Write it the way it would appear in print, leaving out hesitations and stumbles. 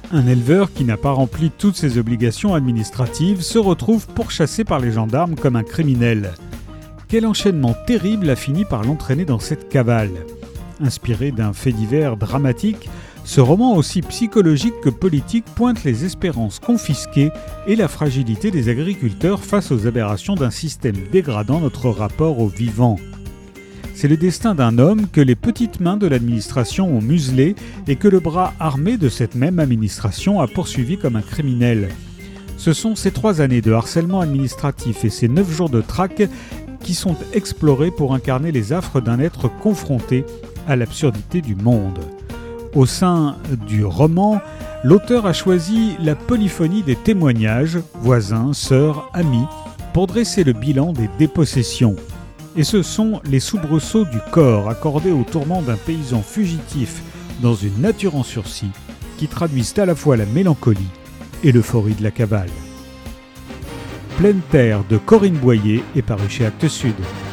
Un éleveur qui n'a pas rempli toutes ses obligations administratives se retrouve pourchassé par les gendarmes comme un criminel. Quel enchaînement terrible a fini par l'entraîner dans cette cavale ? Inspiré d'un fait divers dramatique, ce roman aussi psychologique que politique pointe les espérances confisquées et la fragilité des agriculteurs face aux aberrations d'un système dégradant notre rapport au vivant. C'est le destin d'un homme que les petites mains de l'administration ont muselé et que le bras armé de cette même administration a poursuivi comme un criminel. Ce sont ces 3 années de harcèlement administratif et ces 9 jours de traque qui sont explorés pour incarner les affres d'un être confronté à l'absurdité du monde. Au sein du roman, l'auteur a choisi la polyphonie des témoignages, voisins, sœurs, amis, pour dresser le bilan des dépossessions. Et ce sont les soubresauts du corps accordés au tourment d'un paysan fugitif dans une nature en sursis qui traduisent à la fois la mélancolie et l'euphorie de la cavale. Pleine terre de Corinne Boyer est paru chez Actes Sud.